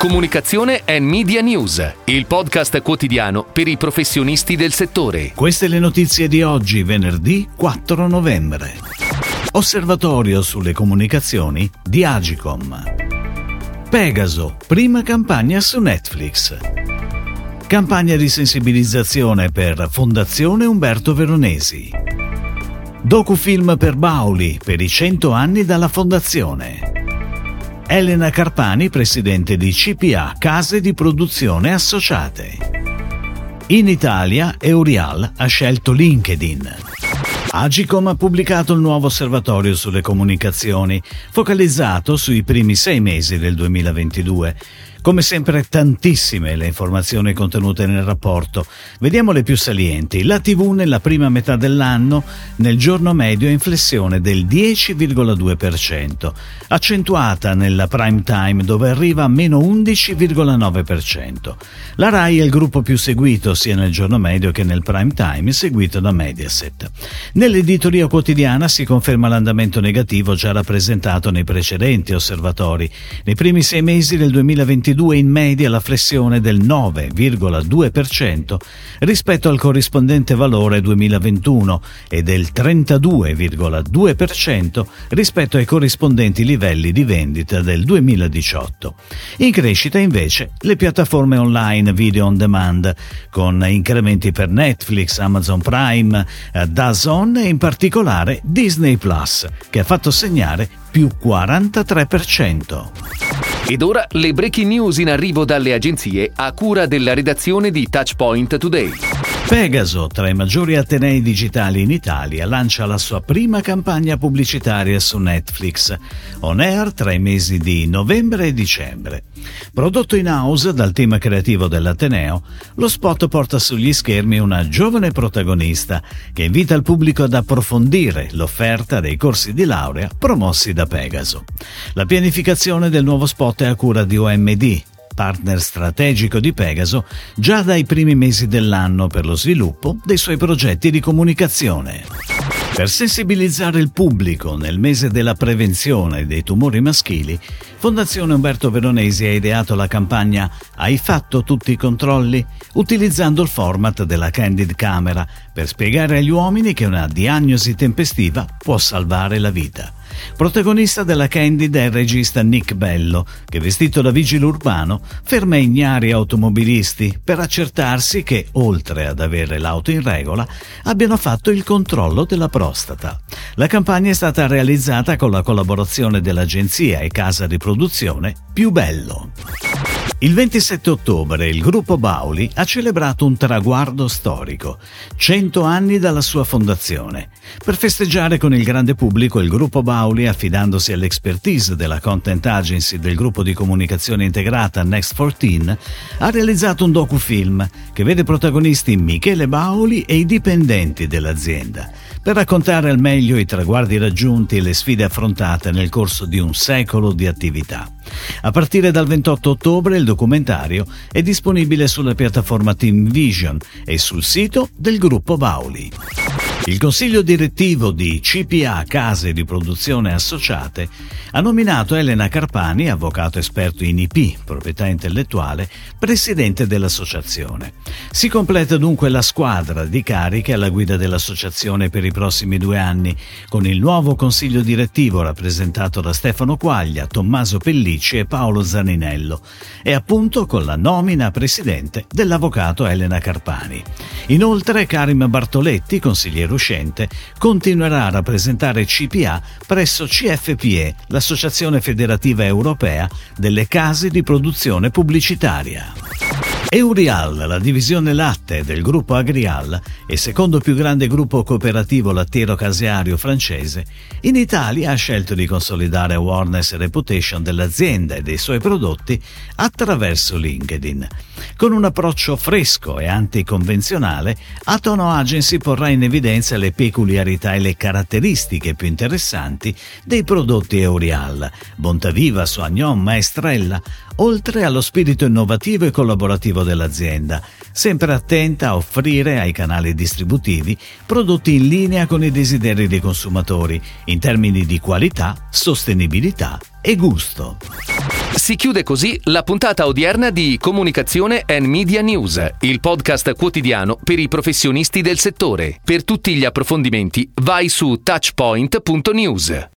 Comunicazione e Media News, il podcast quotidiano per i professionisti del settore. Queste le notizie di oggi, venerdì 4 novembre. Osservatorio sulle comunicazioni di Agicom. Pegaso, prima campagna su Netflix. Campagna di sensibilizzazione per Fondazione Umberto Veronesi. Docufilm per Bauli per i 100 anni dalla Fondazione. Elena Carpani, presidente di CPA, case di produzione associate. In Italia, Eurial ha scelto LinkedIn. Agicom ha pubblicato il nuovo osservatorio sulle comunicazioni, focalizzato sui primi 6 mesi del 2022. Come sempre, tantissime le informazioni contenute nel rapporto. Vediamo le più salienti. La TV nella prima metà dell'anno, nel giorno medio in flessione del 10,2%, accentuata nella prime time dove arriva a meno 11,9%. La Rai è il gruppo più seguito sia nel giorno medio che nel prime time, seguito da Mediaset. Nell'editoria quotidiana si conferma l'andamento negativo già rappresentato nei precedenti osservatori. Nei primi 6 mesi del 2022 in media la flessione del 9,2% rispetto al corrispondente valore 2021 e del 32,2% rispetto ai corrispondenti livelli di vendita del 2018. In crescita invece le piattaforme online video on demand, con incrementi per Netflix, Amazon Prime, DAZN e in particolare Disney Plus, che ha fatto segnare più 43%. Ed ora le breaking news in arrivo dalle agenzie a cura della redazione di Touchpoint Today. Pegaso, tra i maggiori atenei digitali in Italia, lancia la sua prima campagna pubblicitaria su Netflix, on air tra i mesi di novembre e dicembre. Prodotto in house dal team creativo dell'Ateneo, lo spot porta sugli schermi una giovane protagonista che invita il pubblico ad approfondire l'offerta dei corsi di laurea promossi da Pegaso. La pianificazione del nuovo spot è a cura di OMD, partner strategico di Pegaso, già dai primi mesi dell'anno per lo sviluppo dei suoi progetti di comunicazione. Per sensibilizzare il pubblico nel mese della prevenzione dei tumori maschili, Fondazione Umberto Veronesi ha ideato la campagna Hai fatto tutti i controlli? Utilizzando il format della Candid Camera per spiegare agli uomini che una diagnosi tempestiva può salvare la vita. Protagonista della Candid è il regista Nick Bello, che vestito da vigile urbano ferma ignari automobilisti per accertarsi che, oltre ad avere l'auto in regola, abbiano fatto il controllo della prostata. La campagna è stata realizzata con la collaborazione dell'agenzia e casa di produzione Più Bello. Il 27 ottobre il gruppo Bauli ha celebrato un traguardo storico, 100 anni dalla sua fondazione. Per festeggiare con il grande pubblico, il gruppo Bauli, affidandosi all'expertise della content agency del gruppo di comunicazione integrata Next 14, ha realizzato un docufilm che vede protagonisti Michele Bauli e i dipendenti dell'azienda, per raccontare al meglio i traguardi raggiunti e le sfide affrontate nel corso di un secolo di attività. A partire dal 28 ottobre il documentario è disponibile sulla piattaforma Team Vision e sul sito del gruppo Bauli. Il consiglio direttivo di CPA Case di Produzione Associate ha nominato Elena Carpani, avvocato esperto in IP, proprietà intellettuale, presidente dell'associazione. Si completa dunque la squadra di cariche alla guida dell'associazione per i prossimi 2 anni, con il nuovo consiglio direttivo rappresentato da Stefano Quaglia, Tommaso Pellicci e Paolo Zaninello, e appunto con la nomina a presidente dell'avvocato Elena Carpani. Inoltre Karim Bartoletti, consigliere uscente, continuerà a rappresentare CPA presso CFPE, l'Associazione Federativa Europea delle Case di Produzione Pubblicitaria. Eurial, la divisione latte del gruppo Agrial e secondo più grande gruppo cooperativo lattiero-caseario francese, in Italia ha scelto di consolidare awareness e reputation dell'azienda e dei suoi prodotti attraverso LinkedIn. Con un approccio fresco e anticonvenzionale, Atono Agency porrà in evidenza le peculiarità e le caratteristiche più interessanti dei prodotti Eurial, Bontaviva, Soignon, Maestrella, oltre allo spirito innovativo e collaborativo obiettivo dell'azienda, sempre attenta a offrire ai canali distributivi prodotti in linea con i desideri dei consumatori, in termini di qualità, sostenibilità e gusto. Si chiude così la puntata odierna di Comunicazione and Media News, il podcast quotidiano per i professionisti del settore. Per tutti gli approfondimenti vai su touchpoint.news.